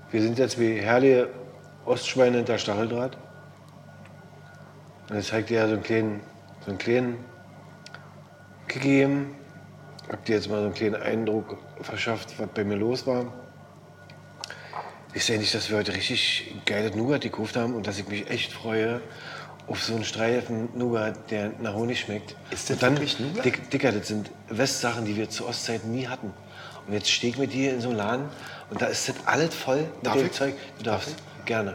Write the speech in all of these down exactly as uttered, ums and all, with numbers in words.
Wir sind jetzt wie herrliche Ostschweine hinter Stacheldraht. Und jetzt zeigt ihr ja so einen kleinen, so einen kleinen gegeben. Habt ihr jetzt mal so einen kleinen Eindruck verschafft, was bei mir los war. Ich sehe nicht, dass wir heute richtig geile Nougat gekauft haben und dass ich mich echt freue auf so einen Streifen Nougat, der nach Honig schmeckt. Ist das und dann, wirklich Nougat? Dick, Dicker, das sind Westsachen, die wir zu Ostzeiten nie hatten. Und jetzt stehe ich mit dir in so einem Laden und da ist das alles voll mit Darf dem ich? Zeug. Du darfst, Darf gerne.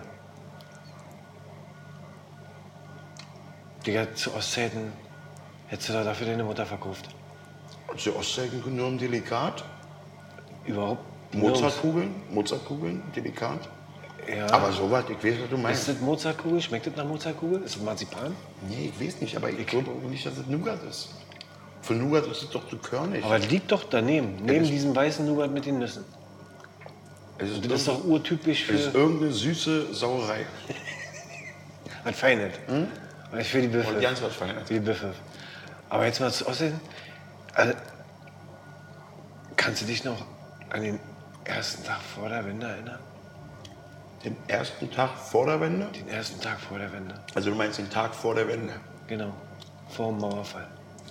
Digga, zu Ostzeiten hättest du da dafür deine Mutter verkauft. Die Ostzeiten nur um Delikat? Überhaupt Mozartkugeln? Mozartkugeln, Delikat? Ja. Aber so was, ich weiß, was du meinst. Ist das Mozartkugel? Schmeckt das nach Mozartkugel? Ist das Marzipan? Nee, ich weiß nicht, aber ich glaube auch nicht, dass es Nougat ist. Für Nougat ist es doch zu körnig. Aber das liegt doch daneben, neben das- diesem weißen Nougat mit den Nüssen. es ist, Das ist doch urtypisch es ist für irgendeine süße Sauerei. was Feines. Hm? Für die Büffel. Und ganz was Feines. Für die Büffel. Aber jetzt mal zu Aussehen. Also, kannst du dich noch an den ersten Tag vor der Wende erinnern? Den ersten Tag vor der Wende? Den ersten Tag vor der Wende. Also du meinst den Tag vor der Wende? Genau. Vor dem Mauerfall.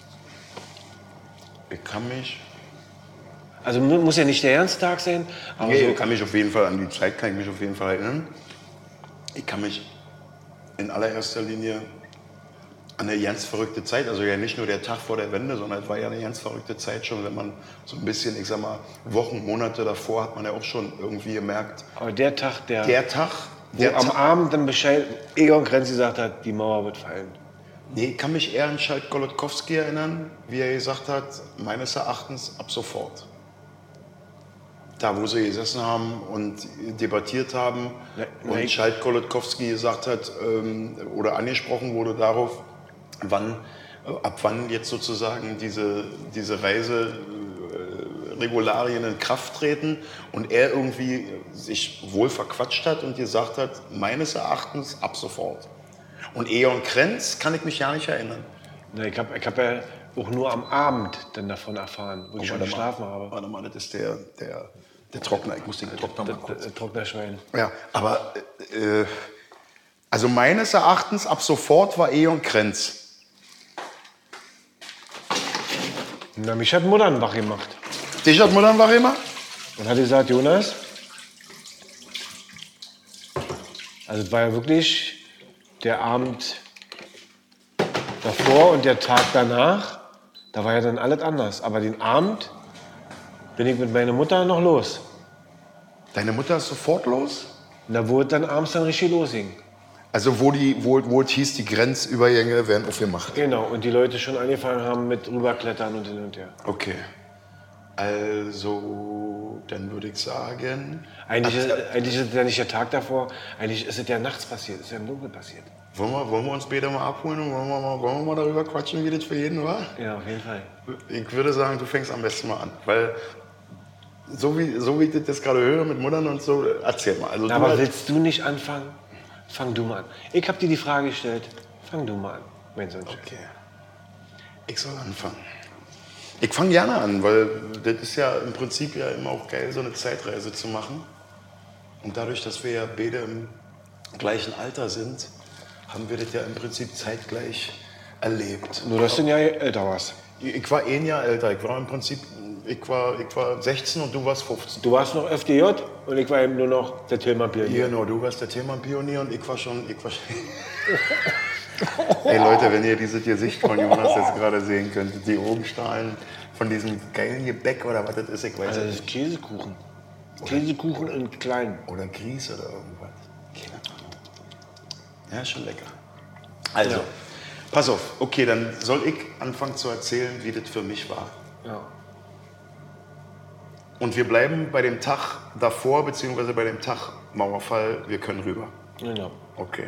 Ich kann mich... Also mu- muss ja nicht der ernste Tag sein, aber Nee, so, ich kann mich auf jeden Fall, an die Zeit kann ich mich auf jeden Fall erinnern. Ich kann mich in allererster Linie an eine ganz verrückte Zeit, also ja nicht nur der Tag vor der Wende, sondern es war ja eine ganz verrückte Zeit schon, wenn man so ein bisschen, ich sag mal, Wochen, Monate davor hat man ja auch schon irgendwie gemerkt, aber der Tag, der, der Tag, wo der am Tag, Abend dann Bescheid Egon Krenz gesagt hat, die Mauer wird fallen. nee, ich kann mich eher an Schalt Golodkowski erinnern, wie er gesagt hat, meines Erachtens ab sofort. Da, wo sie gesessen haben und debattiert haben Ne- und ne- Schalt Golodkowski gesagt hat ähm, oder angesprochen wurde darauf, wann, äh, ab wann jetzt sozusagen diese, diese Reiseregularien in Kraft treten und er irgendwie sich wohl verquatscht hat und gesagt hat, meines Erachtens ab sofort. Und Egon Krenz kann ich mich ja nicht erinnern. Ne, ich habe ich hab ja auch nur am Abend dann davon erfahren, wo ich schon Warte mal, geschlafen habe. Warte mal, das ist der, der, der Trockner. Ich muss den Trockner mal Das, kurz. das, Trocknerschwein. Ja, aber äh, also meines Erachtens ab sofort war Egon Krenz. Na, mich hat Muttern wach gemacht. Dich hat Muttern wach immer? Und hat gesagt, Jonas, also es war ja wirklich der Abend davor und der Tag danach, da war ja dann alles anders. Aber den Abend bin ich mit meiner Mutter noch los. Deine Mutter ist sofort los? Und da wurde dann abends dann richtig losging. Also wo, die, wo, wo es hieß, die Grenzübergänge werden aufgemacht. Genau, und die Leute schon angefangen haben mit rüberklettern und hin und her. Okay. Also, dann würde ich sagen... Eigentlich ist, Ach, eigentlich ist es ja nicht der Tag davor, eigentlich ist es ja nachts passiert, ist ja im Dunkeln passiert. wollen, wir, wollen wir uns später mal abholen und wollen wir mal, wollen wir mal darüber quatschen, wie das für jeden war? Ja, auf jeden Fall. Ich würde sagen, du fängst am besten mal an, weil so wie, so wie ich das jetzt gerade höre mit Muttern und so, erzähl mal. Also Na, du aber halt- willst du nicht anfangen? Fang du mal an. Ich habe dir die Frage gestellt. Fang du mal an, mein Sohn. Okay. Ich soll anfangen. Ich fange gerne an, weil das ist ja im Prinzip ja immer auch geil, so eine Zeitreise zu machen. Und dadurch, dass wir ja beide im gleichen Alter sind, haben wir das ja im Prinzip zeitgleich erlebt. Nur, dass du ein Jahr älter warst. Ich war ein Jahr älter. Ich war im Prinzip, ich war, ich war sechzehn und du warst fünfzehn. Du warst noch F D J und ich war eben nur noch der Tillmann-Pionier. Genau, du warst der Themenpionier und ich war schon. Ich war schon Ey Leute, wenn ihr dieses Gesicht von Jonas jetzt gerade sehen könntet, die Augenstrahlen von diesem geilen Gebäck oder was das ist, ich weiß Also es das nicht. ist Käsekuchen. Käsekuchen in klein. Oder Grieß oder irgendwas. Keine Ahnung. Ja, ist schon lecker. Also, Ja. pass auf. Okay, dann soll ich anfangen zu erzählen, wie das für mich war. Ja. Und wir bleiben bei dem Tag davor, beziehungsweise bei dem Tag Mauerfall, wir können rüber. Genau. Okay.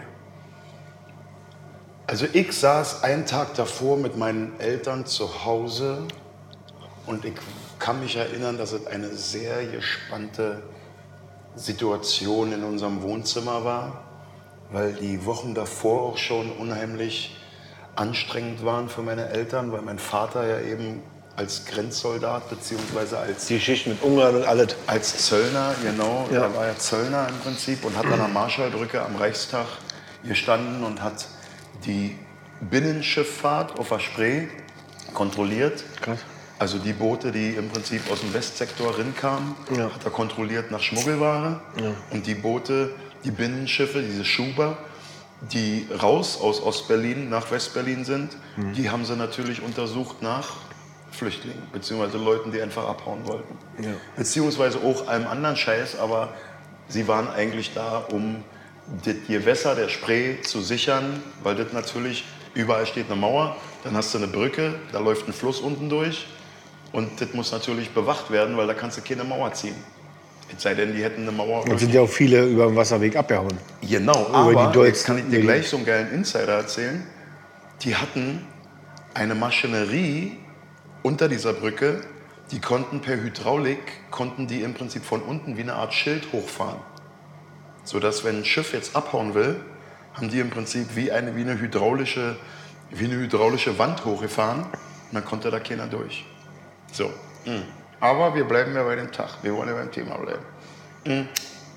Also ich saß einen Tag davor mit meinen Eltern zu Hause und ich kann mich erinnern, dass es eine sehr gespannte Situation in unserem Wohnzimmer war, weil die Wochen davor auch schon unheimlich anstrengend waren für meine Eltern, weil mein Vater ja eben als Grenzsoldat, beziehungsweise als... Die Schicht mit Ungarn und alles. Als Zöllner, genau. Ja. Er war ja Zöllner im Prinzip und hat an der Marschallbrücke am Reichstag gestanden und hat die Binnenschifffahrt auf der Spree kontrolliert. Krass. Also die Boote, die im Prinzip aus dem Westsektor rinkamen, Ja. hat er kontrolliert nach Schmuggelware. Ja. Und die Boote, die Binnenschiffe, diese Schuber, die raus aus Ostberlin nach Westberlin sind, Mhm. die haben sie natürlich untersucht nach Flüchtlingen, beziehungsweise Leuten, die einfach abhauen wollten. Ja. Beziehungsweise auch allem anderen Scheiß, aber sie waren eigentlich da, um das Gewässer der Spree zu sichern, weil das natürlich, überall steht eine Mauer, dann hast du eine Brücke, da läuft ein Fluss unten durch und das muss natürlich bewacht werden, weil da kannst du keine Mauer ziehen. Es sei denn, die hätten eine Mauer... Und sind ja auch viele über den Wasserweg abgehauen. Genau, Über aber die Deutschen- jetzt kann ich dir gleich so einen geilen Insider erzählen. Die hatten eine Maschinerie unter dieser Brücke, die konnten per Hydraulik, konnten die im Prinzip von unten wie eine Art Schild hochfahren. Sodass, wenn ein Schiff jetzt abhauen will, haben die im Prinzip wie eine, wie eine, hydraulische, wie eine hydraulische Wand hochgefahren und dann konnte da keiner durch. So. Mhm. Aber wir bleiben ja bei dem Tag. Wir wollen ja beim Thema bleiben. Mhm.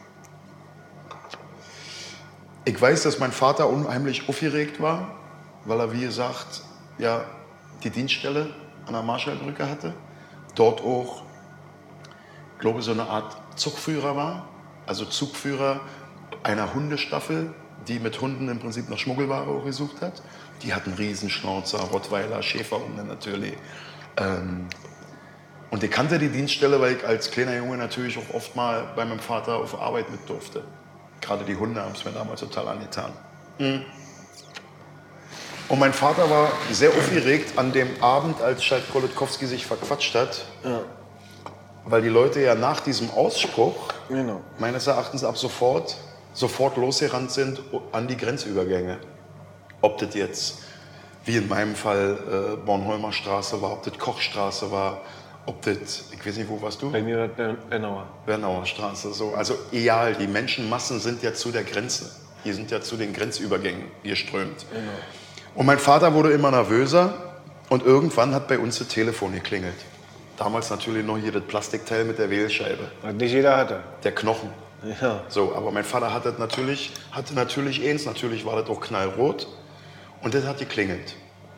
Ich weiß, dass mein Vater unheimlich aufgeregt war, weil er, wie gesagt, ja, die Dienststelle an der Marschallbrücke hatte. Dort auch, glaube ich, so eine Art Zugführer war. Also Zugführer einer Hundestaffel, die mit Hunden im Prinzip nach Schmuggelware auch gesucht hat. Die hatten Riesenschnauzer, Rottweiler, Schäferhunde natürlich. Ähm, und ich kannte die Dienststelle, weil ich als kleiner Junge natürlich auch oft mal bei meinem Vater auf Arbeit mit durfte. Gerade die Hunde haben es mir damals total angetan. Mhm. Und mein Vater war sehr aufgeregt an dem Abend, als Schalk Golodkowski sich verquatscht hat. Ja. Weil die Leute ja nach diesem Ausspruch, Genau. meines Erachtens ab sofort, sofort losgerannt sind an die Grenzübergänge. Ob das jetzt, wie in meinem Fall, äh, Bornholmer Straße war, ob das Kochstraße war, ob das, ich weiß nicht, wo warst du? Bei mir war das Bernauer. Bernauer Straße, so. Also egal, die Menschenmassen sind ja zu der Grenze. Die sind ja zu den Grenzübergängen geströmt. Genau. Und mein Vater wurde immer nervöser und irgendwann hat bei uns das Telefon geklingelt. Damals natürlich noch hier das Plastikteil mit der Wählscheibe. Was nicht jeder hatte. Der Knochen. Ja. So, aber mein Vater hatte natürlich, hatte natürlich eins, natürlich war das auch knallrot und das hat geklingelt.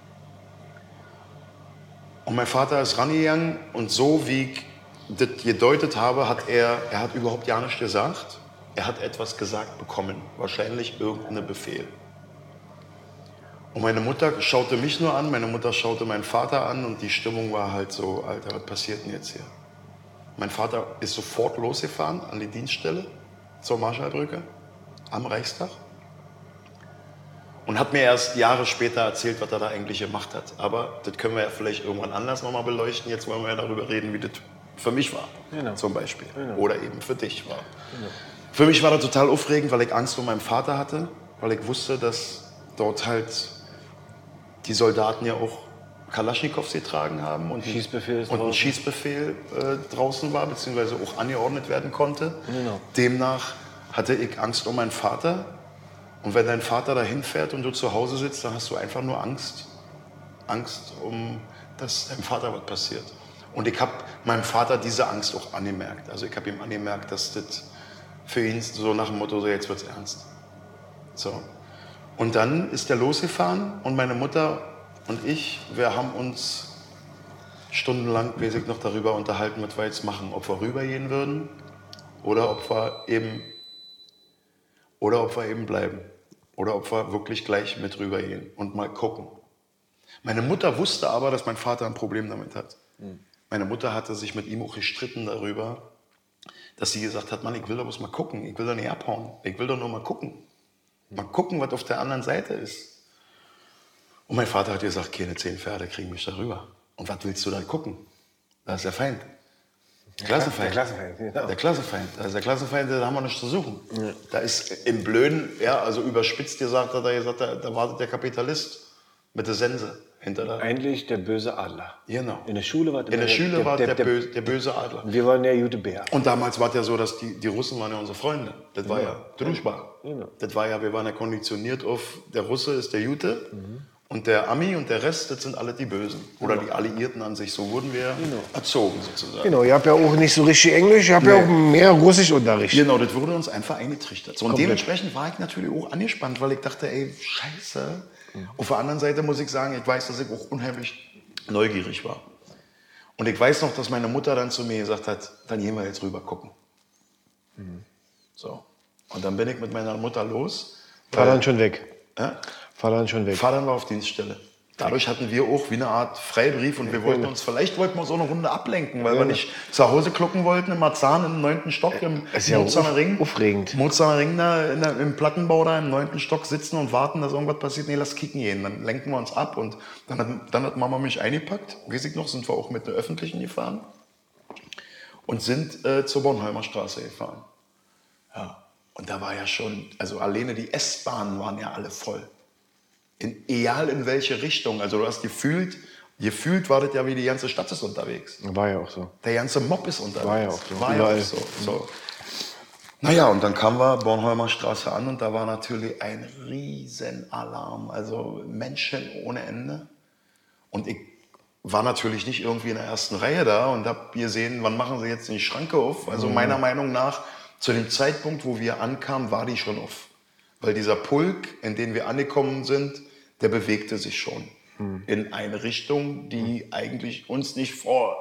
Und mein Vater ist rangegangen und so wie ich das gedeutet habe, hat er, er hat überhaupt gar nichts gesagt. Er hat etwas gesagt bekommen, wahrscheinlich irgendeinen Befehl. Und meine Mutter schaute mich nur an, meine Mutter schaute meinen Vater an und die Stimmung war halt so, Alter, was passiert denn jetzt hier? Mein Vater ist sofort losgefahren an die Dienststelle zur Marschallbrücke am Reichstag und hat mir erst Jahre später erzählt, was er da eigentlich gemacht hat. Aber das können wir ja vielleicht irgendwann anders nochmal beleuchten. Jetzt wollen wir ja darüber reden, wie das für mich war, Genau. zum Beispiel. Genau. Oder eben für dich war. Genau. Für mich war das total aufregend, weil ich Angst vor meinem Vater hatte, weil ich wusste, dass dort halt die Soldaten ja auch Kalaschnikows getragen haben und, Schießbefehl ist und ein draußen. Schießbefehl äh, draußen war, beziehungsweise auch angeordnet werden konnte. Genau. Demnach hatte ich Angst um meinen Vater. Und wenn dein Vater da hinfährt und du zu Hause sitzt, dann hast du einfach nur Angst. Angst, um dass deinem Vater was passiert. Und ich habe meinem Vater diese Angst auch angemerkt. Also ich habe ihm angemerkt, dass das für ihn so nach dem Motto, so jetzt wird's ernst. So. Und dann ist er losgefahren und meine Mutter und ich, wir haben uns stundenlang, weiß ich noch, darüber unterhalten, was wir jetzt machen. Ob wir rübergehen würden oder ob wir eben, oder ob wir eben bleiben. Oder ob wir wirklich gleich mit rübergehen und mal gucken. Meine Mutter wusste aber, dass mein Vater ein Problem damit hat. Mhm. Meine Mutter hatte sich mit ihm auch gestritten darüber, dass sie gesagt hat, Mann, ich will doch bloß mal gucken, ich will doch nicht abhauen, ich will doch nur mal gucken. Mal gucken, was auf der anderen Seite ist. Und mein Vater hat gesagt, keine zehn Pferde kriegen mich da rüber. Und was willst du da gucken? Da ist der Feind. Der Klassenfeind. Der Klassenfeind, genau. Der Klassenfeind. Da ist der Klassenfeind, da haben wir nichts zu suchen. Ja. Da ist im Blöden, ja, also überspitzt gesagt, hat er gesagt, da, da wartet der Kapitalist mit der Sense hinter da. Eigentlich der böse Adler. Genau. In der Schule war In der Schule war der, der, böse, der böse Adler. Wir waren der gute Bär. Und damals war es ja so, dass die, die Russen waren ja unsere Freunde. Das war ja, ja Druschba. Genau. Das war ja, wir waren ja konditioniert auf, der Russe ist der Jute mhm. Und der Ami und der Rest, das sind alle die Bösen. Oder die Alliierten an sich. So wurden wir genau. erzogen sozusagen. Genau, ihr habt ja auch nicht so richtig Englisch, ihr habt nee. ja auch mehr Russischunterricht. Genau, das wurde uns einfach eingetrichtert. So, und Komplett. dementsprechend war ich natürlich auch angespannt, weil ich dachte, ey, scheiße. Mhm. Auf der anderen Seite muss ich sagen, ich weiß, dass ich auch unheimlich neugierig war. Und ich weiß noch, dass meine Mutter dann zu mir gesagt hat, dann gehen wir jetzt rüber gucken. Mhm. So. Und dann bin ich mit meiner Mutter los. War dann schon weg. Äh? Fahr dann schon weg. Fahr dann war auf Dienststelle. Dadurch hatten wir auch wie eine Art Freibrief und wir wollten uns, vielleicht wollten wir uns auch eine Runde ablenken, weil ja. wir nicht zu Hause klucken wollten, in Marzahn im neunten Stock im ja Mozarter Ring. Aufregend. Mozarter Ring da, in der, im Plattenbau da im neunten Stock sitzen und warten, dass irgendwas passiert. Nee, lass kicken gehen. Dann lenken wir uns ab und dann hat, dann hat Mama mich eingepackt. Weiß ich noch, sind wir auch mit der Öffentlichen gefahren und sind äh, zur Bornholmer Straße gefahren. Ja. Und da war ja schon, also alleine die S-Bahnen waren ja alle voll. In, egal in welche Richtung. Also du hast gefühlt, gefühlt war das ja wie die ganze Stadt ist unterwegs. War ja auch so. Der ganze Mob ist unterwegs. War ja auch so. War ja auch so. so. Naja, und dann kamen wir Bornholmer Straße an und da war natürlich ein Riesenalarm. Also Menschen ohne Ende. Und ich war natürlich nicht irgendwie in der ersten Reihe da und habe gesehen, wann machen sie jetzt die Schranke auf. Also mhm. meiner Meinung nach, zu dem Zeitpunkt, wo wir ankamen, war die schon auf. Weil dieser Pulk, in den wir angekommen sind, der bewegte sich schon hm. in eine Richtung, die hm. eigentlich uns nicht vor...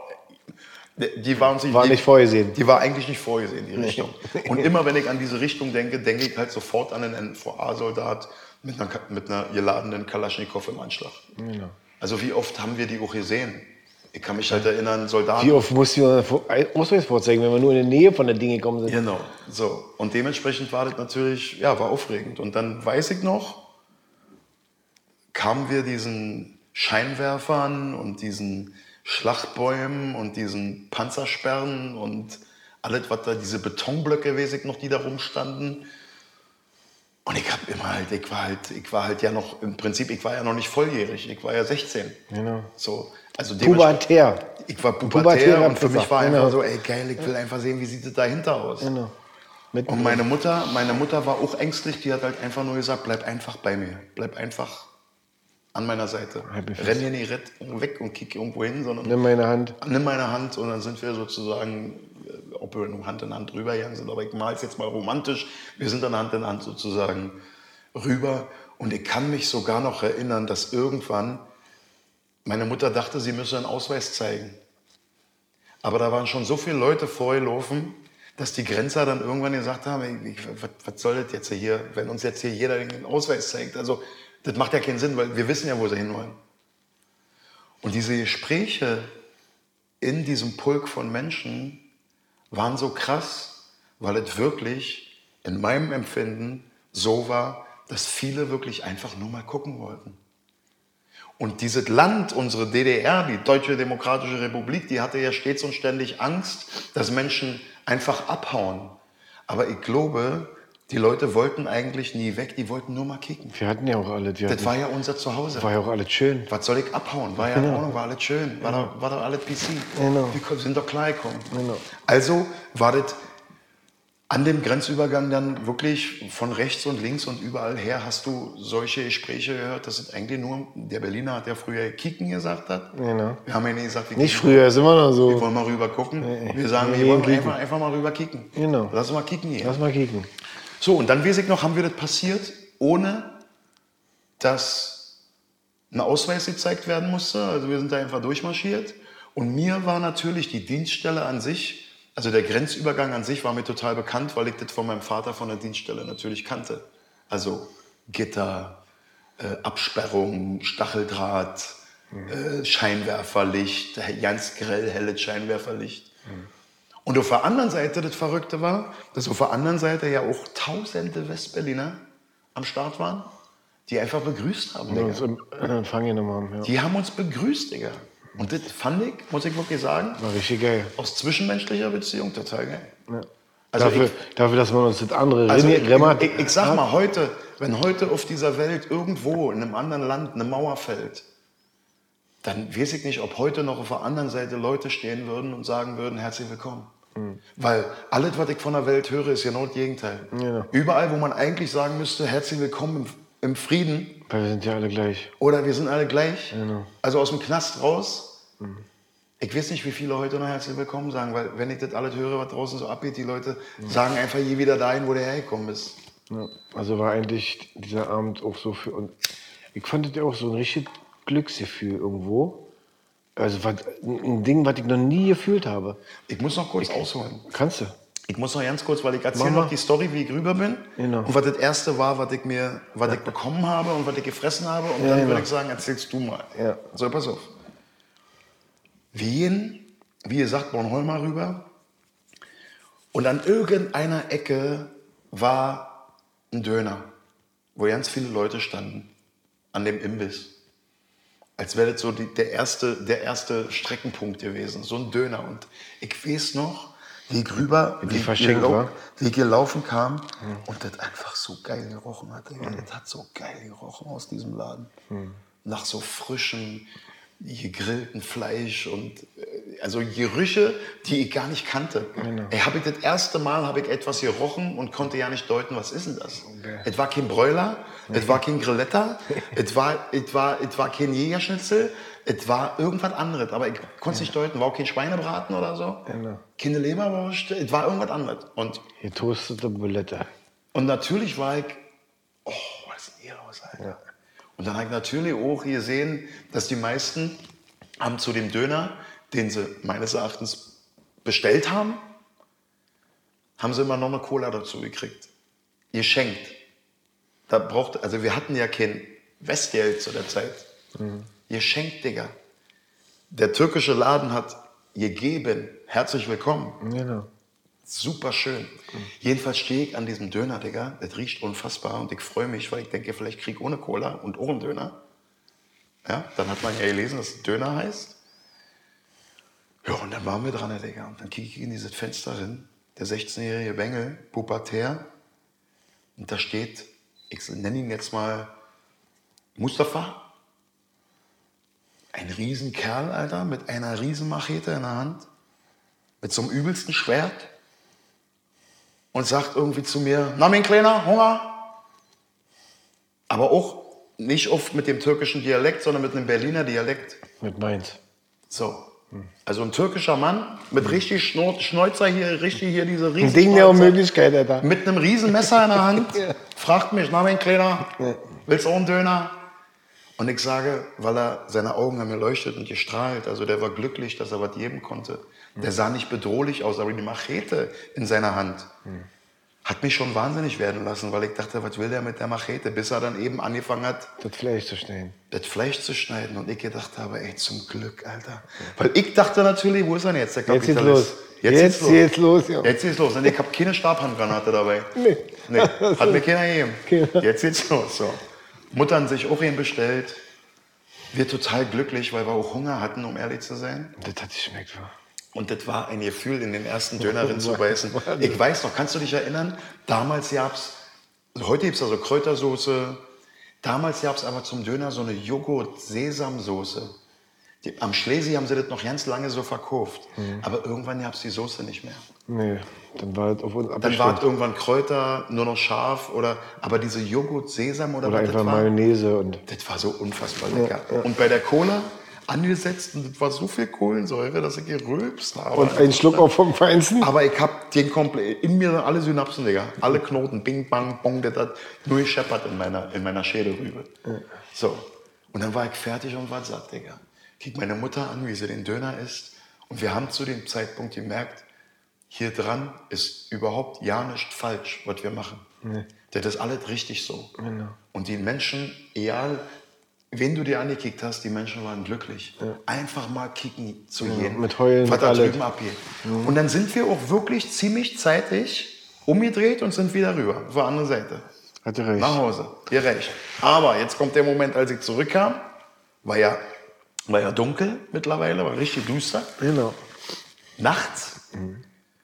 Die war, uns nicht, war die, nicht vorgesehen. Die war eigentlich nicht vorgesehen, die Richtung. Und immer, wenn ich an diese Richtung denke, denke ich halt sofort an einen N V A-Soldat mit einer, mit einer geladenen Kalaschnikow im Anschlag. Genau. Also wie oft haben wir die auch gesehen? Ich kann mich halt erinnern, Soldaten... Wie oft mussten wir einen Ausweis vorzeigen, wenn wir nur in der Nähe von der Dinge gekommen sind? Genau, so. Und dementsprechend war das natürlich, ja, war aufregend. Und dann weiß ich noch, kamen wir diesen Scheinwerfern und diesen Schlachtbäumen und diesen Panzersperren und alles, was da, diese Betonblöcke, weiß ich noch, die da rumstanden. Und ich habe immer halt, ich war halt, ich war halt ja noch, im Prinzip, ich war ja noch nicht volljährig, ich war ja sechzehn. Genau. So. Also pubertär. Ich war pubertär und für mich war einfach so, ey geil, ich will einfach sehen, wie sieht es dahinter aus. Genau. Und meine Mutter, meine Mutter war auch ängstlich, die hat halt einfach nur gesagt, bleib einfach bei mir, bleib einfach an meiner Seite. Renn hier nicht weg und kick irgendwo hin, sondern nimm meine Hand. Nimm meine Hand und dann sind wir sozusagen, ob wir nur Hand in Hand rübergegangen sind, aber ich mal es jetzt mal romantisch, wir sind dann Hand in Hand sozusagen rüber und ich kann mich sogar noch erinnern, dass irgendwann meine Mutter dachte, sie müsse einen Ausweis zeigen. Aber da waren schon so viele Leute vorgelaufen, dass die Grenzer dann irgendwann gesagt haben, ich, was, was soll das jetzt hier, wenn uns jetzt hier jeder den Ausweis zeigt. Also das macht ja keinen Sinn, weil wir wissen ja, wo sie hinwollen. Und diese Gespräche in diesem Pulk von Menschen waren so krass, weil es wirklich in meinem Empfinden so war, dass viele wirklich einfach nur mal gucken wollten. Und dieses Land, unsere D D R, die Deutsche Demokratische Republik, die hatte ja stets und ständig Angst, dass Menschen einfach abhauen. Aber ich glaube, die Leute wollten eigentlich nie weg, die wollten nur mal kicken. Wir hatten ja auch alles. Das hatten, war ja unser Zuhause. War ja auch alles schön. Was soll ich abhauen? War ja in Ordnung, war alles schön. War, genau. doch, war doch alles P C. Genau. Wir sind doch klar gekommen. Genau. Also war das an dem Grenzübergang dann wirklich von rechts und links und überall her hast du solche Gespräche gehört, dass es eigentlich nur, der Berliner hat ja früher Kicken gesagt hat. Genau. Wir haben ja nie gesagt, wir nicht früher, ist immer noch so. Wir wollen mal rüber gucken. Nee. Wir sagen, wir wollen einfach, einfach mal rüber kicken. Genau. Lass uns mal kicken hier. Lass mal kicken. So, und dann weiß ich noch, haben wir das passiert, ohne dass ein Ausweis gezeigt werden musste. Also wir sind da einfach durchmarschiert. Und mir war natürlich die Dienststelle an sich, also der Grenzübergang an sich war mir total bekannt, weil ich das von meinem Vater von der Dienststelle natürlich kannte. Also Gitter, äh, Absperrung, Stacheldraht, mhm. äh, Scheinwerferlicht, ganz grell helles Scheinwerferlicht. Mhm. Und auf der anderen Seite, das Verrückte war, dass auf der anderen Seite ja auch tausende Westberliner am Start waren, die einfach begrüßt haben. Die uns im Empfang genommen haben. Ja. Die haben uns begrüßt, Digga. Und das fand ich, muss ich wirklich sagen, war richtig geil. Aus zwischenmenschlicher Beziehung total geil. Ja. Also dafür, ich, dafür, dass man uns das andere also ich, ich, ich, ich sag mal, heute, wenn heute auf dieser Welt irgendwo in einem anderen Land eine Mauer fällt, dann weiß ich nicht, ob heute noch auf der anderen Seite Leute stehen würden und sagen würden, herzlich willkommen. Mhm. Weil alles, was ich von der Welt höre, ist genau das Gegenteil. Ja. Überall, wo man eigentlich sagen müsste, herzlich willkommen im Frieden. Weil wir sind ja alle gleich. Oder wir sind alle gleich. Genau. Also aus dem Knast raus. Mhm. Ich weiß nicht, wie viele heute noch herzlich willkommen sagen, weil wenn ich das alles höre, was draußen so abgeht, die Leute mhm. sagen einfach je wieder dahin, wo der hergekommen ist. Ja. Also war eigentlich dieser Abend auch so für uns. Ich fand das ja auch so ein richtig Glücksgefühl irgendwo. Also was, ein Ding, was ich noch nie gefühlt habe. Ich muss noch kurz ich, ausholen. Kannst du? Ich muss noch ganz kurz, weil ich erzähle noch die Story, wie ich rüber bin. Genau. Und was das Erste war, was ich mir, was ja. ich bekommen habe und was ich gefressen habe. Und ja, dann genau. würde ich sagen, erzählst du mal. Ja. So, pass auf. Wir gehen, wie gesagt, Bornholmer rüber. Und an irgendeiner Ecke war ein Döner, wo ganz viele Leute standen. An dem Imbiss. Als wäre das so die, der, erste, der erste Streckenpunkt gewesen. So ein Döner. Und ich weiß noch, wie ich rüber, wie, wie, verschenkt, gelau- war? wie ich gelaufen kam mhm. und das einfach so geil gerochen hat. Mhm. Das hat so geil gerochen aus diesem Laden. Mhm. Nach so frischem, gegrillten Fleisch und also Gerüche, die ich gar nicht kannte. Genau. Ey, hab ich das erste Mal habe ich etwas gerochen und konnte ja nicht deuten, was ist denn das? Okay. Es war kein Bräuler, okay. Es war kein Grilletta, es war, es war, es war kein Jägerschnitzel, es war irgendwas anderes, aber ich konnte es nicht deuten. War auch kein Schweinebraten oder so, genau. Keine Leberwurst, es war irgendwas anderes. Und getoastete Bulette. Und natürlich war ich, oh, was ist denn hier los, Alter? Ja. Und dann habe ich natürlich auch gesehen, dass die meisten haben zu dem Döner, den sie meines Erachtens bestellt haben, haben sie immer noch eine Cola dazu gekriegt. Geschenkt. Da braucht, also wir hatten ja kein Westgeld zu der Zeit. Mhm. Geschenkt, Digga. Der türkische Laden hat gegeben. Herzlich willkommen. Genau. Super schön. Mhm. Jedenfalls stehe ich an diesem Döner, Digga. Das riecht unfassbar und ich freue mich, weil ich denke, vielleicht kriege ich ohne Cola und auch einen Döner. Ja, dann hat man ja gelesen, dass es Döner heißt. Ja, und dann waren wir dran, Digga. Und dann kicke ich in dieses Fenster hin. Der sechzehnjährige Bengel, pubertär. Und da steht, ich nenne ihn jetzt mal Mustafa. Ein Riesenkerl, Alter, mit einer Riesenmachete in der Hand. Mit so einem übelsten Schwert. Und sagt irgendwie zu mir, na mein Kleiner, Hunger? Aber auch nicht oft mit dem türkischen Dialekt, sondern mit einem Berliner Dialekt. Mit Mainz. So. Also ein türkischer Mann mit richtig Schnur- Schnäuzer hier, richtig hier diese riesen Ein Ding der Unmöglichkeit, Alter. mit einem riesen Messer in der Hand, ja. Fragt mich, na mein Kleiner, ja. Willst du auch einen Döner? Und ich sage, weil er, seine Augen haben geleuchtet und gestrahlt, also der war glücklich, dass er was geben konnte. Der sah nicht bedrohlich aus, aber die Machete in seiner Hand hat mich schon wahnsinnig werden lassen, weil ich dachte, was will der mit der Machete? Bis er dann eben angefangen hat, das Fleisch zu schneiden. Das Fleisch zu schneiden. Und ich gedacht habe, ey, zum Glück, Alter. Weil ich dachte natürlich, wo ist er denn jetzt, der Kapitalist? Jetzt geht's los. Jetzt, jetzt geht's los. Ja. Jetzt geht's los. Und ich habe keine Stabhandgranate dabei. Nee. Nee, hat mir keiner gegeben. Genau. Jetzt geht's los. So. Mutter hat sich auch einen bestellt. Wir total glücklich, weil wir auch Hunger hatten, um ehrlich zu sein. Das hat sich geschmeckt, wa? Und das war ein Gefühl, in den ersten Döner reinzubeißen. Ich weiß noch, kannst du dich erinnern? Damals gab's, heute gibt's also Kräutersoße. Damals gab's aber zum Döner so eine Joghurt-Sesamsoße. Die, am Schlesi haben sie das noch ganz lange so verkauft. Mhm. Aber irgendwann gab's die Soße nicht mehr. Nee, dann war es auf uns Dann war es irgendwann Kräuter, nur noch scharf. Oder, aber diese Joghurt-Sesam oder, oder was einfach das war, Mayonnaise. Und das war so unfassbar lecker. Ja, ja. Und bei der Cola angesetzt und das war so viel Kohlensäure, dass ich gerülpst habe. Und ein Schluck auch vom Feinsten. Aber ich hab den komplett, in mir alle Synapsen, Digga. Alle Knoten, bing, bang, bong, das hat nur gescheppert in meiner, in meiner Schädelrübe. Ja. So. Und dann war ich fertig und war satt, Digga. Kick meine Mutter an, wie sie den Döner isst. Und wir haben zu dem Zeitpunkt gemerkt, hier dran ist überhaupt ja nicht falsch, was wir machen. Nee. Das ist alles richtig so. Genau. Und die Menschen, egal wen du dir angekickt hast, die Menschen waren glücklich. Ja. Einfach mal kicken zu ja, gehen, mit Heulen, was mit da alle. drüben abgeht. Mhm. Und dann sind wir auch wirklich ziemlich zeitig umgedreht und sind wieder rüber, auf der anderen Seite. Hatte recht. Nach Hause, hier recht. Aber jetzt kommt der Moment, als ich zurückkam, war ja, war ja dunkel mittlerweile, war richtig düster. Genau. Nachts. Mhm.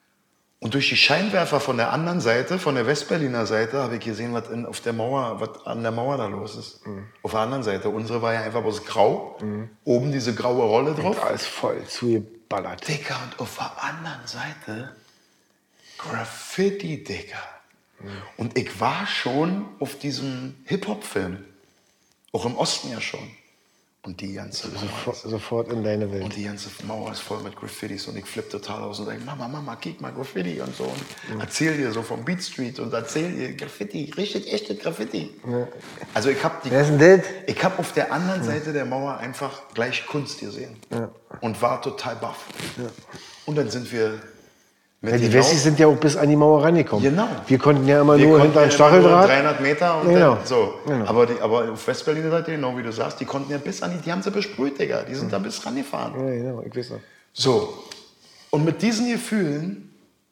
Und durch die Scheinwerfer von der anderen Seite, von der Westberliner Seite, habe ich gesehen, was in, auf der Mauer, was an der Mauer da los ist. Mhm. Auf der anderen Seite. Unsere war ja einfach bloß grau. Mhm. Oben diese graue Rolle drauf. Und da ist voll zugeballert. Dicker, und auf der anderen Seite Graffiti, Dicker. Mhm. Und ich war schon auf diesem Hip-Hop-Film. Auch im Osten ja schon. Und die ganze Mauer Sofort, ist, sofort in deine Welt. und die ganze Mauer ist voll mit Graffitis und ich flippe total aus und sage, Mama, Mama, kick mal Graffiti und so. Und mhm. erzähl dir so vom Beat Street und erzähl dir Graffiti, richtig echte Graffiti. Ja. Also ich habe ich hab auf der anderen ja. Seite der Mauer einfach gleich Kunst gesehen ja. und war total baff. Ja. Und dann sind wir Ja, die Wessis sind ja auch bis an die Mauer rangekommen. Genau. Wir konnten ja immer wir nur hinter einem Stacheldraht. dreihundert Meter und genau. dann, so. Genau. Aber, die, aber auf Westberliner Seite, genau wie du sagst, die konnten ja bis an die, die haben sie besprüht, Digga. Die sind mhm. da bis rangefahren. Ja, genau, ich weiß noch. So. Und mit diesen Gefühlen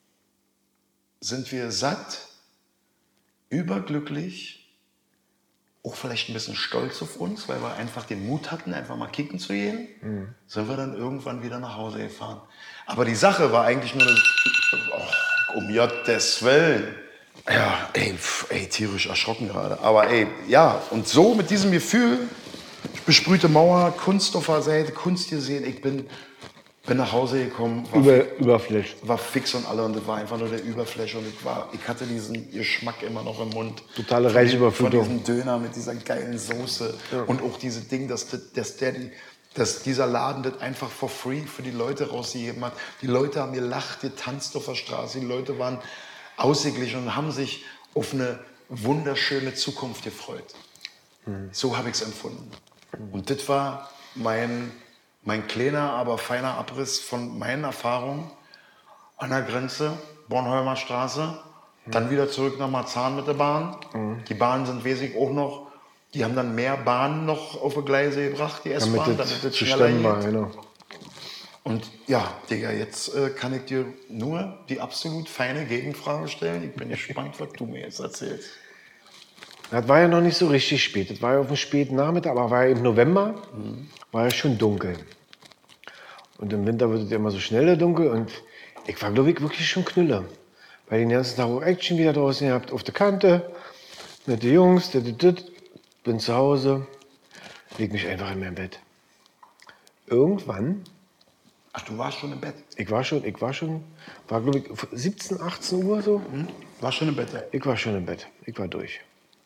sind wir satt, überglücklich, auch vielleicht ein bisschen stolz auf uns, weil wir einfach den Mut hatten, einfach mal kicken zu gehen. Mhm. Sind wir dann irgendwann wieder nach Hause gefahren. Aber die Sache war eigentlich nur, oh, um Gottes Willen. Ja, ey, pf, ey, tierisch erschrocken gerade. Aber ey, ja, und so mit diesem Gefühl, besprühte Mauer, Kunst auf der Seite, Kunst gesehen, ich bin, bin nach Hause gekommen. War Über, Überflash. War fix und alle und das war einfach nur der Überflash und ich, war, ich hatte diesen Geschmack immer noch im Mund. Totale Reichüberflutung. Von diesem Döner mit dieser geilen Soße ja. und auch diese Ding, dass, dass der die dass dieser Laden das einfach for free für die Leute rausgegeben hat. Die Leute haben gelacht, getanzt auf der Straße, die Leute waren ausgeglichen und haben sich auf eine wunderschöne Zukunft gefreut. Mhm. So habe ich es empfunden. Mhm. Und das war mein, mein kleiner, aber feiner Abriss von meinen Erfahrungen an der Grenze, Bornholmer Straße, mhm. dann wieder zurück nach Marzahn mit der Bahn. Mhm. Die Bahnen sind wesentlich auch noch. Die haben dann mehr Bahnen noch auf die Gleise gebracht, die S-Bahn, damit das schneller geht. War, genau. Und ja, Digga, jetzt äh, kann ich dir nur die absolut feine Gegenfrage stellen. Ich bin gespannt, was du mir jetzt erzählst. Das war ja noch nicht so richtig spät. Das war ja auf dem späten Nachmittag, aber war ja im November, mhm. war ja schon dunkel. Und im Winter wird es ja immer so schneller dunkel. Und ich war, glaube ich, wirklich schon Knüller. Weil den ganzen Tag auch Action wieder draußen gehabt, auf der Kante, mit den Jungs, dit, dit, dit. Bin zu Hause, leg mich einfach in mein Bett. Irgendwann. Ach, du warst schon im Bett? Ich war schon, ich war schon, war glaube ich siebzehn, achtzehn Uhr so. Hm? Warst schon im Bett? Ja? Ich war schon im Bett, ich war durch.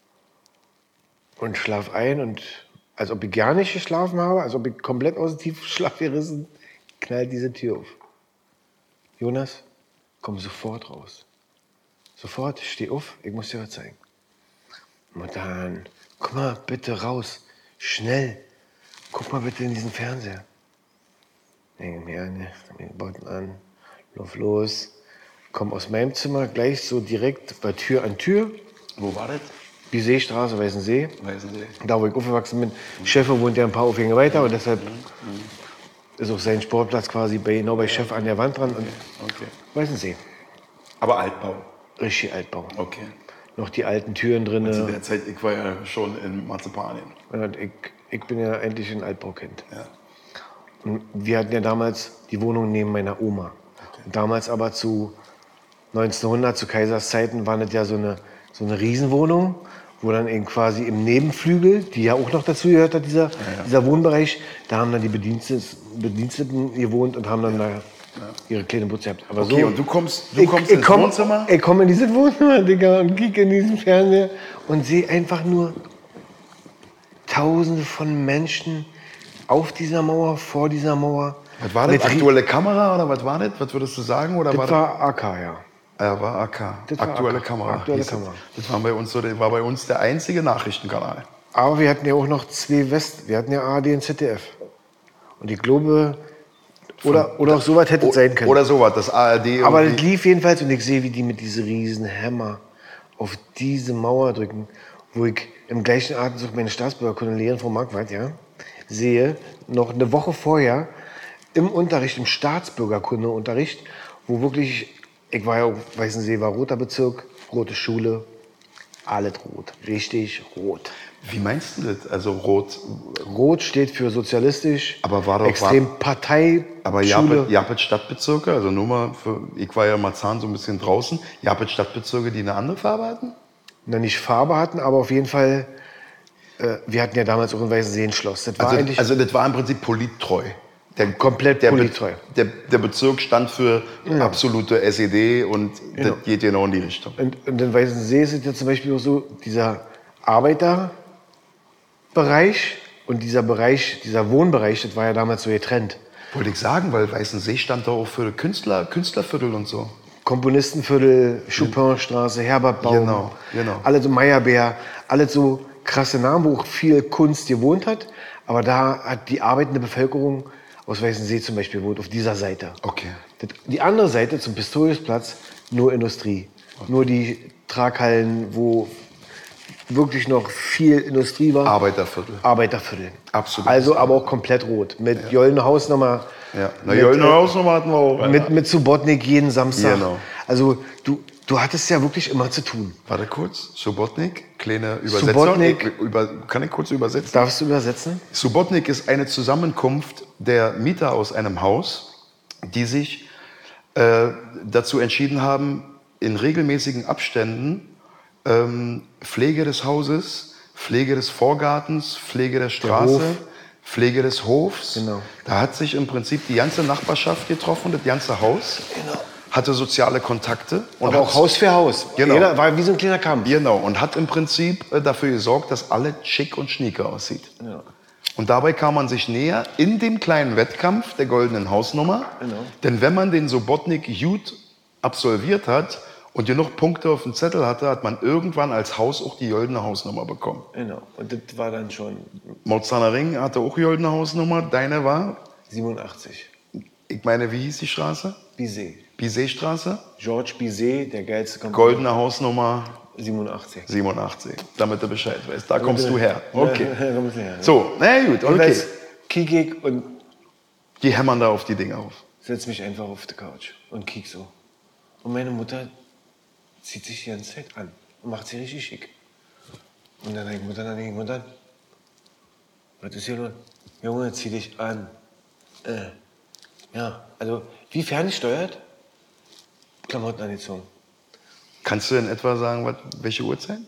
Und schlaf ein und als ob ich gar nicht geschlafen habe, als ob ich komplett aus dem Tiefschlaf gerissen, knallt diese Tür auf. Jonas, komm sofort raus. Sofort, steh auf, ich muss dir was zeigen. Und dann, guck mal bitte raus, schnell. Guck mal bitte in diesen Fernseher. Denke mir an, Button an, lauf los. Komm aus meinem Zimmer gleich so direkt bei Tür an Tür. Wo war das? Biseestraße, Weißensee. Weißensee. Da, wo ich aufgewachsen bin. Mhm. Chef wohnt ja ein paar Aufgänge weiter und deshalb mhm. ist auch sein Sportplatz quasi bei, genau bei Chef an der Wand dran. Okay. Okay. Weißensee. Aber Altbau? Richtig Altbau. Okay. Noch die alten Türen drin. Also in der Zeit, ich war ja schon in Marzipanien. Ja, ich, ich bin ja endlich ein Altbaukind. Ja. Und wir hatten ja damals die Wohnung neben meiner Oma. Okay. Und damals aber zu neunzehnhundert, zu Kaisers Zeiten, war das ja so eine, so eine Riesenwohnung, wo dann eben quasi im Nebenflügel, die ja auch noch dazu gehört hat, dieser, ja, ja. dieser Wohnbereich, da haben dann die Bediensteten, Bediensteten gewohnt und haben dann ja. da ja. ihre kleinen Putze gehabt. Aber okay, so, und du kommst, du ich, kommst ich ins komm, Wohnzimmer? Ich komme in dieses Wohnzimmer, Digga, und kicke in diesen Fernseher und sehe einfach nur Tausende von Menschen auf dieser Mauer, vor dieser Mauer. Was war das? Aktuelle Kamera oder was war das? Was würdest du sagen? Oder das war, war A K, ja. Ja, war A K. Das Aktuelle war A K. Kamera. Aktuelle Kamera. Das war bei uns so, das war bei uns der einzige Nachrichtenkanal. Aber wir hatten ja auch noch zwei West, wir hatten ja A R D und Z D F. Und ich glaube, oder, oder auch sowas hätte es sein können. Oder sowas, das A R D. Aber das lief jedenfalls und ich sehe, wie die mit diesem riesen Hammer auf diese Mauer drücken, wo ich im gleichen Atemzug meine Staatsbürgerkunde Lehren von Marquardt, ja, sehe, noch eine Woche vorher im Unterricht, im Staatsbürgerkundeunterricht, wo wirklich, ich war ja auf Weißensee, war roter Bezirk, rote Schule, alles rot, richtig rot. Wie meinst du das? Also rot? Rot steht für sozialistisch, aber war doch, extrem war, Partei. Aber Japet Stadtbezirke, also nur mal, für, ich war ja in Marzahn so ein bisschen draußen, Japet Stadtbezirke, die eine andere Farbe hatten? Na, nicht Farbe hatten, aber auf jeden Fall, äh, wir hatten ja damals auch in Weißensee ein Schloss. Das war also, eigentlich also das war im Prinzip polittreu. Der, komplett der, polizei. Der, der Bezirk stand für ja. absolute S E D und genau. das geht genau in die Richtung. Und, und in Weißensee ist es ja zum Beispiel auch so, dieser Arbeiterbereich und dieser Bereich, dieser Wohnbereich, das war ja damals so getrennt. Wollte ich sagen, weil Weißensee stand da auch für Künstler, Künstlerviertel und so. Komponistenviertel, Chopinstraße, Herbertbaum, genau, genau. alles so Meyerbeer, alles so krasse Namen, wo auch viel Kunst gewohnt hat. Aber da hat die arbeitende Bevölkerung aus Weißensee zum Beispiel gewohnt, auf dieser Seite. Okay. Die andere Seite zum Pistoriusplatz, nur Industrie. Okay. Nur die Traghallen, wo wirklich noch viel Industrie war. Arbeiterviertel. Arbeiterviertel. Absolut. Also aber auch komplett rot. Mit ja. Jollener Hausnummer. Ja, na Jollener Hausnummer hatten wir auch. Mit, mit Subotnik jeden Samstag. Genau. Also du, du hattest ja wirklich immer zu tun. Warte kurz, Subotnik, kleine Übersetzung. Subotnik. Ich, über, kann ich kurz übersetzen? Darfst du übersetzen? Subotnik ist eine Zusammenkunft der Mieter aus einem Haus, die sich äh, dazu entschieden haben, in regelmäßigen Abständen ähm, Pflege des Hauses, Pflege des Vorgartens, Pflege der Straße, der Pflege des Hofs. Genau. Da hat sich im Prinzip die ganze Nachbarschaft getroffen, das ganze Haus. Genau. Hatte soziale Kontakte. Und aber auch Haus für Haus. Genau. Jeder war wie so ein kleiner Kampf. Genau. Und hat im Prinzip äh, dafür gesorgt, dass alles schick und schnieke aussieht. Ja. Und dabei kam man sich näher in dem kleinen Wettkampf der goldenen Hausnummer. Genau. Denn wenn man den Subotnik gut absolviert hat und genug Punkte auf dem Zettel hatte, hat man irgendwann als Haus auch die goldene Hausnummer bekommen. Genau. Und das war dann schon... Mautzaner Ring hatte auch goldene Hausnummer. Deine war? siebenundachtzig. Ich meine, wie hieß die Straße? Bizet. Bizet-Straße? George Bizet, der geilste Komponist. Goldene Hausnummer? siebenundachtzig. siebenundachtzig. Damit du Bescheid weißt. Da kommst du her. Okay. Okay. Ja, kommst du her. So, na gut, okay. Kiek ich und... Die hämmern da auf die Dinge auf. Setz mich einfach auf die Couch und kiek so. Und meine Mutter zieht sich die ganze Zeit an und macht sie richtig schick. Und dann denke ich, Mutter, dann denke ich, Mutter, was ist hier los? Junge, zieh dich an. Äh. Ja, also wie ferngesteuert, Klamotten angezogen. Kannst du in etwa sagen, was, welche Uhrzeit?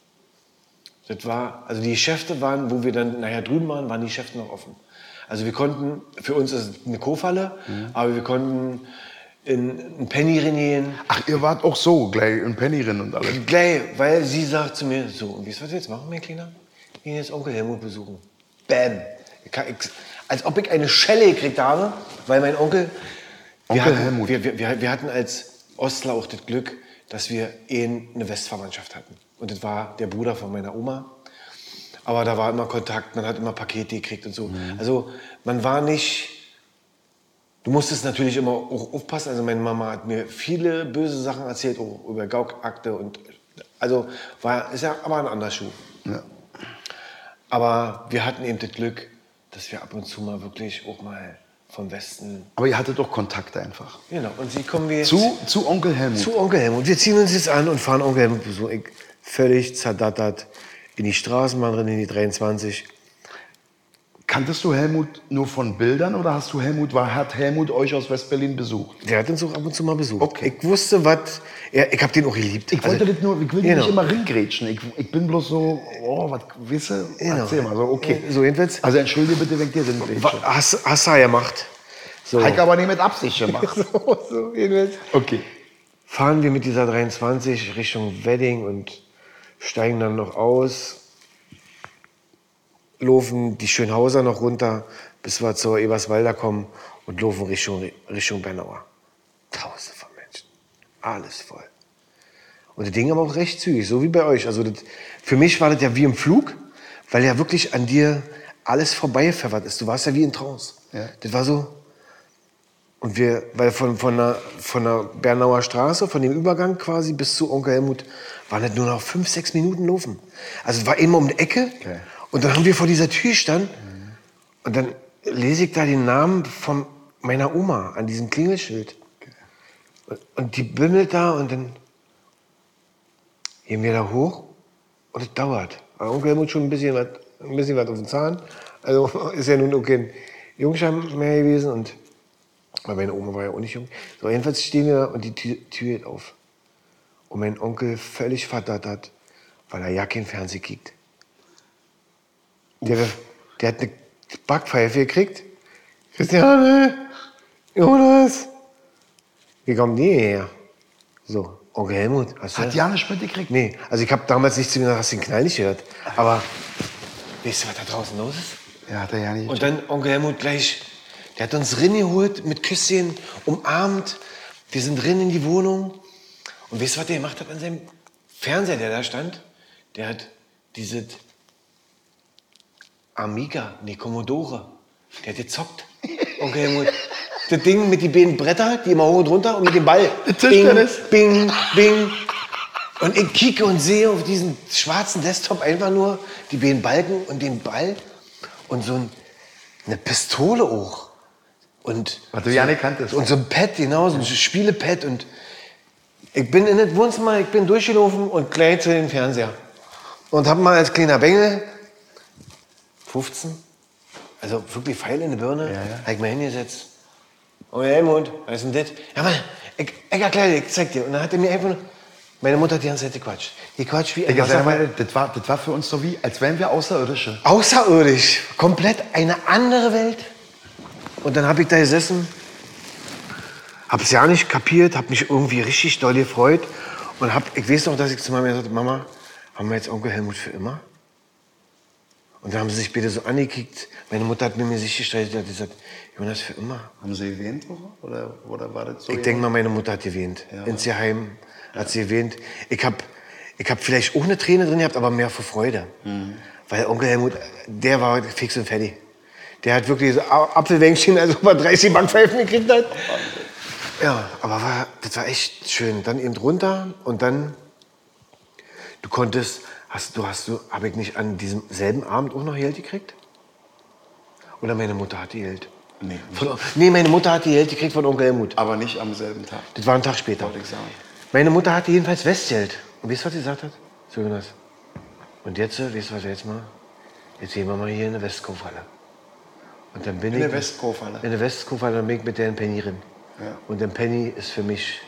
Das war, also die Geschäfte waren, wo wir dann nachher drüben waren, waren die Geschäfte noch offen. Also wir konnten, für uns ist es eine Kofalle, mhm. aber wir konnten in einen Penny rennen. Ach, ihr wart auch so, gleich in Penny rennen und alles? Gleich, weil sie sagt zu mir, so, und weißt du, was wir jetzt machen, mein Kleiner? Wir gehen jetzt Onkel Helmut besuchen. Bam. Ich kann, ich, als ob ich eine Schelle gekriegt habe, weil mein Onkel... Onkel wir hatten, Helmut. Wir, wir, wir hatten als Ostler auch das Glück, dass wir eh eine Westverwandtschaft hatten. Und das war der Bruder von meiner Oma. Aber da war immer Kontakt, man hat immer Pakete gekriegt und so. Mhm. Also man war nicht... Du musstest natürlich immer auch aufpassen. Also meine Mama hat mir viele böse Sachen erzählt, auch über Gaukakte und... Also war, ist ja aber ein anderer Schuh. Ja. Aber wir hatten eben das Glück, dass wir ab und zu mal wirklich auch mal vom Westen... Aber ihr hattet doch Kontakt einfach. Genau, und sie kommen wir... Zu, zu Onkel Helmut? Zu Onkel Helmut. Wir ziehen uns jetzt an und fahren Onkel Helmut besuchen. Ich völlig zerdattert in die Straßenbahn drin, in die dreiundzwanzig. Kanntest du Helmut nur von Bildern oder hast du Helmut, war, hat Helmut euch aus West-Berlin besucht? Der hat uns auch ab und zu mal besucht. Okay. Ich wusste, was... Ich habe den auch geliebt. Ich wollte also, das nur, ich will genau. nicht immer ringrätschen. Ich, ich bin bloß so, oh, was, weißt du? Genau. Erzähl mal, so, okay. So, jedenfalls... Also entschuldige bitte, wenn ich dir ringrätsche. Hast, hast du ja gemacht. So. Hat ich aber nicht mit Absicht gemacht. so, so, jedenfalls. Okay. Fahren wir mit dieser dreiundzwanzig Richtung Wedding und steigen dann noch aus, laufen die Schönhauser noch runter, bis wir zur Eberswalder kommen und laufen Richtung, Richtung Bernauer. Tausende von Menschen. Alles voll. Und die Dinge aber auch recht zügig, so wie bei euch. Also das, für mich war das ja wie im Flug, weil ja wirklich an dir alles vorbeigepfeffert ist. Du warst ja wie in Trance. Ja. Das war so... Und wir, weil von, von, der, von der Bernauer Straße, von dem Übergang quasi bis zu Onkel Helmut, waren das nur noch fünf, sechs Minuten laufen. Also es war immer um die Ecke. Okay. Und dann haben wir vor dieser Tür gestanden. Mhm. Und dann lese ich da den Namen von meiner Oma an diesem Klingelschild. Okay. Und, und die bimmelt da und dann gehen wir da hoch und es dauert. Aber Onkel Helmut schon ein bisschen was, ein bisschen was auf den Zahn. Also ist ja nun auch kein Jungscham mehr gewesen und weil meine Oma war ja auch nicht jung. So, jedenfalls stehen wir da und die Tür, Tür geht auf. Und mein Onkel völlig verdattert, weil er ja kein Fernsehen kriegt. Der, der hat eine Backpfeife gekriegt, Christiane, Jonas, wie kommen die her? So, Onkel Helmut, hast du Hat ja nicht mitgekriegt? Nee, also ich habe damals nicht zu mir gesagt, hast du den Knall nicht gehört. Aber weißt du, was da draußen los ist? Ja, hat er ja nicht. Und dann Onkel Helmut gleich, der hat uns drin geholt, mit Küsschen, umarmt. Wir sind drin in die Wohnung. Und weißt du, was der gemacht hat an seinem Fernseher, der da stand? Der hat dieses Amiga, nee, Commodore. Der hat gezockt, Onkel Helmut. Das Ding mit den beiden Bretter, die immer hoch und runter und mit dem Ball. Bing, bing, bing. Und ich kicke und sehe auf diesen schwarzen Desktop einfach nur die beiden Balken und den Ball und so ein, eine Pistole auch. Und Was du so, ja nicht kanntest. Und so ein Pad, genau, so ein Spielepad. Und ich bin in das Wohnzimmer, ich bin durchgelaufen und gleich zu dem Fernseher. Und hab mal als kleiner Bengel, fünfzehn, also wirklich Pfeil in die Birne, Ja, ja. hab ich mal hingesetzt. Oh Helmut, was ist denn das? Ja, Mann, ich, ich erkläre dir, ich zeig dir. Und dann hat er mir einfach nur, meine Mutter hat die ganze Zeit gequatscht. Die quatscht wie ein Ich sag Wasserfall. mal, das war, das war für uns so wie, als wären wir Außerirdische. Außerirdisch, komplett eine andere Welt. Und dann habe ich da gesessen, hab's ja nicht kapiert, hab mich irgendwie richtig doll gefreut. Und hab, ich weiß noch, dass ich zu Mama gesagt habe, Mama, haben wir jetzt Onkel Helmut für immer? Und dann haben sie sich beide so angekickt. Meine Mutter hat mir mir sich gestellt und hat gesagt, Jonas, für immer. Haben Sie geweint? Oder, oder war das so? Ich denke mal, meine Mutter hat geweint. Ja. Insgeheim hat sie geweint. Ich habe ich hab vielleicht auch eine Träne drin gehabt, aber mehr vor Freude. Mhm. Weil Onkel Helmut, der war fix und fertig. Der hat wirklich so Apfelwänkchen, als ob er dreißig Backpfeifen gekriegt hat. Ja, aber war, das war echt schön. Dann eben runter und dann, du konntest, hast du, hast du, habe ich nicht an diesem selben Abend auch noch Geld gekriegt? Oder meine Mutter hat die Geld? Nee, Von, nee, meine Mutter hat die Geld gekriegt von Onkel Helmut. aber nicht am selben Tag. Das war ein Tag später. Wollte ich sagen. Meine Mutter hatte jedenfalls Westgeld. Und weißt du, was sie gesagt hat? So, Jonas. Und jetzt, weißt du, was wir jetzt mal? Jetzt gehen wir mal hier in eine Westkaufhalle. Und dann bin In ich... eine Westkaufhalle? In eine Westkaufhalle, dann bin ich mit der in Penny rein. Ja. Und der Penny ist für mich...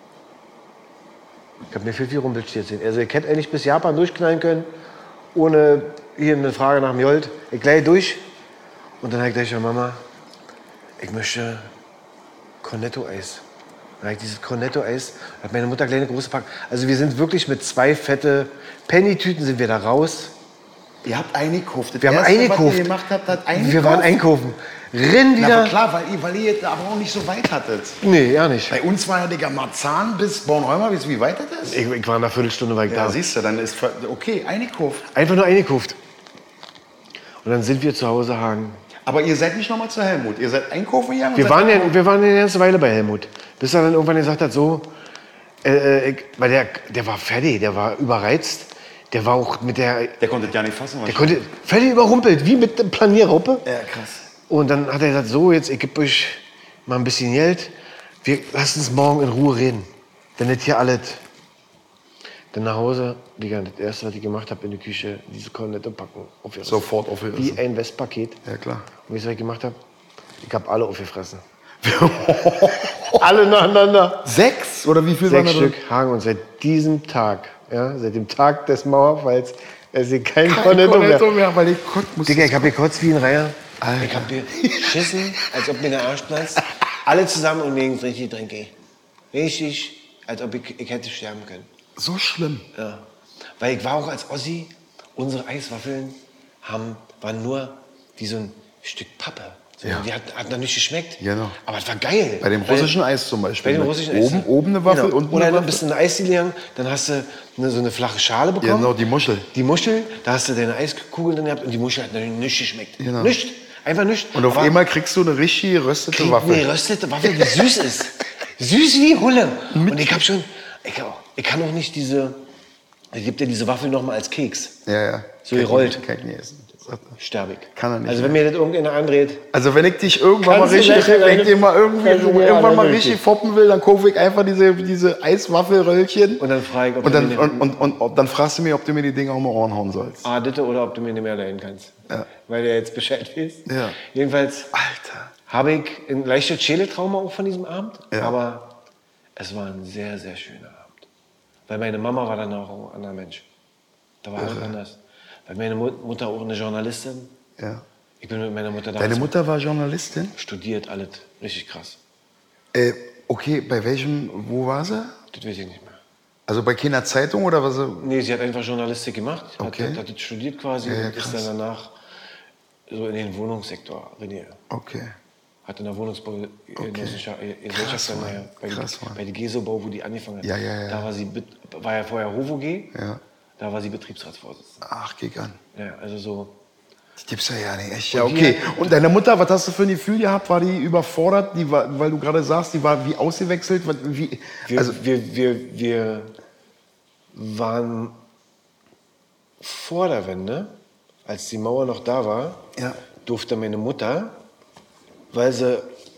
Ich habe mir viel, viel Rumpelstilz sehen. Also ich hätte eigentlich bis Japan durchknallen können, ohne hier eine Frage nach dem Jolt. Ich gleich durch. Und dann habe ich gleich gesagt, Mama, ich möchte Cornetto-Eis. Dann habe ich dieses Cornetto-Eis, hat meine Mutter kleine große Packung. Also wir sind wirklich mit zwei fette Penny-Tüten sind wir da raus. Ihr habt eingekauft. Das Wir haben Erste, eingekauft. Was ihr gemacht habt, hat eingekauft. Wir waren einkaufen. Rinn Na, wieder. aber klar, weil ihr, weil ihr jetzt aber auch nicht so weit hattet. Nee, ja nicht. Bei uns war ja Digga Marzahn bis Bornholmer. Weißt du, wie weit das ist? Ich, ich war nach einer Viertelstunde war ich Ja, da. siehst du, dann ist ver- okay, eingekauft. Einfach nur eingekauft. Und dann sind wir zu Hause Hagen. Aber ihr seid nicht nochmal zu Helmut. Ihr seid einkaufen gegangen? und Wir seid waren, ja, nochmal- wir waren eine ganze Weile bei Helmut. Bis er dann irgendwann gesagt hat, so, äh, äh, ich, weil der, der war fertig, der war überreizt. Der war auch mit der, Der konnte das ja nicht fassen. der konnte völlig überrumpelt, wie mit der Planierraupe. Ja, krass. Und dann hat er gesagt, so, jetzt, ich gebe euch mal ein bisschen Geld. Wir lassen uns morgen in Ruhe reden. Dann nicht hier alles. Dann nach Hause, Digga, das erste, was ich gemacht habe in der Küche, diese Cornetto packen. Aufgerissen. Sofort aufgerissen. Wie ein Westpaket. Ja, klar. Und weißt du, was ich gemacht habe? Ich habe alle aufgefressen. Alle nacheinander. Sechs? Oder wie viel waren Sechs da drin? Stück Hagen. Und seit diesem Tag, ja, seit dem Tag des Mauerfalls, esse ich kein Kein Cornetto mehr. Cornetto mehr, weil ich konnte, musste. Digga, ich habe gekotzt wie ein Reiher. Alter. Ich habe geschissen, als ob mir der Arsch platzt. Alle zusammen und nirgends richtig trinke. Richtig, als ob ich, ich hätte sterben können. So schlimm. Ja. Weil ich war auch als Ossi, unsere Eiswaffeln haben, waren nur wie so ein Stück Pappe. So, Ja. Die hat, hat noch nicht geschmeckt. Genau. Aber es war geil. Bei dem Weil- russischen Eis zum Beispiel. Bei dem ne? russischen oben, Eis. oben eine Waffel, Genau. unten Oder eine dann Waffel. bist du in eine Eisdiele gegangen, dann hast du eine, so eine flache Schale bekommen. Genau, die Muschel. Die Muschel, da hast du deine Eiskugeln drin gehabt und die Muschel hat natürlich nichts geschmeckt. Genau. Nichts. Einfach nichts. Und auf Aber einmal kriegst du eine richtig geröstete kriegt Waffel. eine röstete Waffel, die süß ist. Süß wie Hulle. Und ich hab schon, ich, hab, ich kann auch nicht diese, es gibt ja diese Waffel noch mal als Keks. Ja, ja. So gerollt. Kann ich nicht essen. Das sagt er. Sterbig. Kann er nicht Also wenn mir das irgendeiner andreht, Also wenn ich dich irgendwann mal Kannst du richtig, gleich wenn ich dir mal irgendwie kannst du dir irgendwann mal alleine richtig richtig. foppen will, dann kaufe ich einfach diese, diese Eiswaffelröllchen. und dann frage ich, ob Und du dann, mir und, und, und, und dann fragst du mich, ob du mir die Dinger um die Ohren hauen sollst. Ah, Ditte oder ob du mir nicht mehr dahin kannst. Ja. Weil der jetzt Bescheid weiß. Ja. Jedenfalls Alter. habe ich ein leichtes Schädeltrauma auch von diesem Abend. Ja. Aber es war ein sehr, sehr schöner Abend. Weil meine Mama war dann auch ein anderer Mensch. Da war alles anders. Weil meine Mut- Mutter auch eine Journalistin. Ja. Ich bin mit meiner Mutter da. Deine Mutter war Journalistin? Studiert, alles. Richtig krass. Äh, okay, bei welchem, wo war sie? Das weiß ich nicht mehr. Also bei keiner Zeitung oder was? Nee, sie hat einfach Journalistik gemacht, Okay. hat, hat das studiert quasi Ja, ja, und ist krass. dann danach so in den Wohnungssektor. René. Okay. Hat in der Wohnungsbaugesellschaft Krass, dann Mann. ja, bei, Krass, Mann. bei der Gesobau, wo die angefangen hat. Ja, ja, ja. Da war sie, Bet- war ja vorher HOVOG, Ja. da war sie Betriebsratsvorsitzende. Ach, geh an. Ja, also so. Die gibt's ja ja nicht. Echt? Ja, Und die okay. hat- Und deine Mutter, was hast du für ein Gefühl gehabt? War die überfordert? Die war, weil du gerade sagst, die war wie ausgewechselt? Was- Wie, Wir, also, wir, wir, wir waren vor der Wende, als die Mauer noch da war, Ja. durfte meine Mutter, weil sie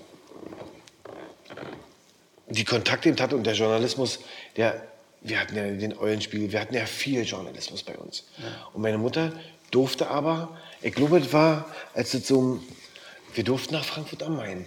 die Kontakte eben hatte und der Journalismus, der, wir hatten ja den Eulenspiegel, wir hatten ja viel Journalismus bei uns. Und meine Mutter durfte aber, ich glaube, es war, als es so, wir durften nach Frankfurt am Main.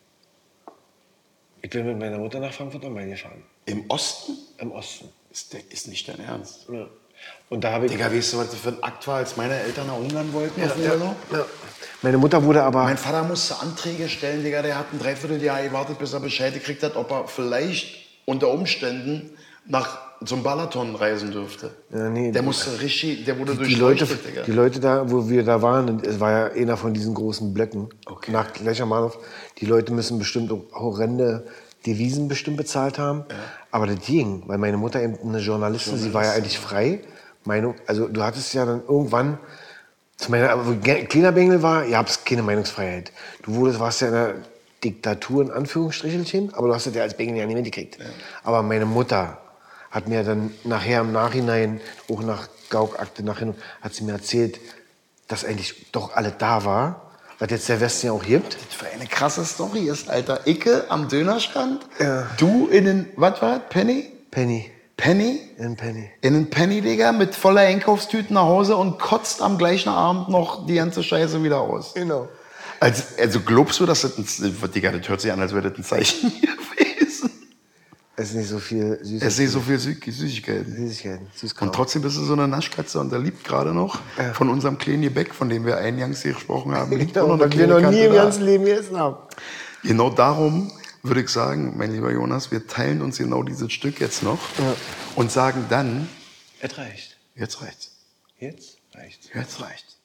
Ich bin mit meiner Mutter nach Frankfurt am Main gefahren, im Osten? im Osten. Ist, der, ist nicht dein Ernst. Ja. Und da habe ich... Digga, weißt du, was das für ein Akt war, als meine Eltern nach Ungarn wollten? ja, auf ja, Urlaub? ja. Meine Mutter wurde aber... Mein Vater musste Anträge stellen, Digga, der hat ein Dreivierteljahr gewartet, bis er Bescheid gekriegt hat, ob er vielleicht unter Umständen nach zum Balaton reisen dürfte. Ja, nee, der du- musste richtig, der wurde die Leute, durchleuchtet, Digga. die Leute da, wo wir da waren, und es war ja einer von diesen großen Blöcken, Okay. nach Gleichermahnhof, die Leute müssen bestimmt horrende Devisen bestimmt bezahlt haben. Aber das ging, weil meine Mutter eben eine Journalistin, sie war ja eigentlich frei. Meinung, also du hattest ja dann irgendwann, zu meiner, aber wo ich kleiner Bengel war, ihr habt keine Meinungsfreiheit. Du wurdest, warst ja in einer Diktatur, in Anführungsstrichelchen, aber du hast das ja als Bengel ja nicht mitgekriegt. Aber meine Mutter hat mir dann nachher im Nachhinein, auch nach Gauk-Akte, nachher, hat sie mir erzählt, dass eigentlich doch alle da war, was jetzt der Westen ja auch gibt. Was für eine krasse Story ist, Alter. Icke am Dönerstand, Ja. du in den, was war das, Penny? Penny, Penny? in Penny. In den Penny, Digga, mit voller Einkaufstüten nach Hause und kotzt am gleichen Abend noch die ganze Scheiße wieder aus. Genau. Also, also glaubst du, dass das ein, Digga, das hört sich an, als wäre das ein Zeichen gewesen? Es ist nicht so viel Es ist nicht so viel Sü Süßigkeiten. Süßigkeiten. Und trotzdem bist du so eine Naschkatze und der liebt gerade noch von unserem kleinen Gebäck, von dem wir eingangs hier gesprochen haben, liegt auch noch eine was wir kleine noch nie Kante im da. ganzen Leben gegessen haben. Genau darum würde ich sagen, mein lieber Jonas, wir teilen uns genau dieses Stück jetzt noch und sagen dann, Es reicht. jetzt reicht's. Jetzt reicht's. Jetzt reicht's.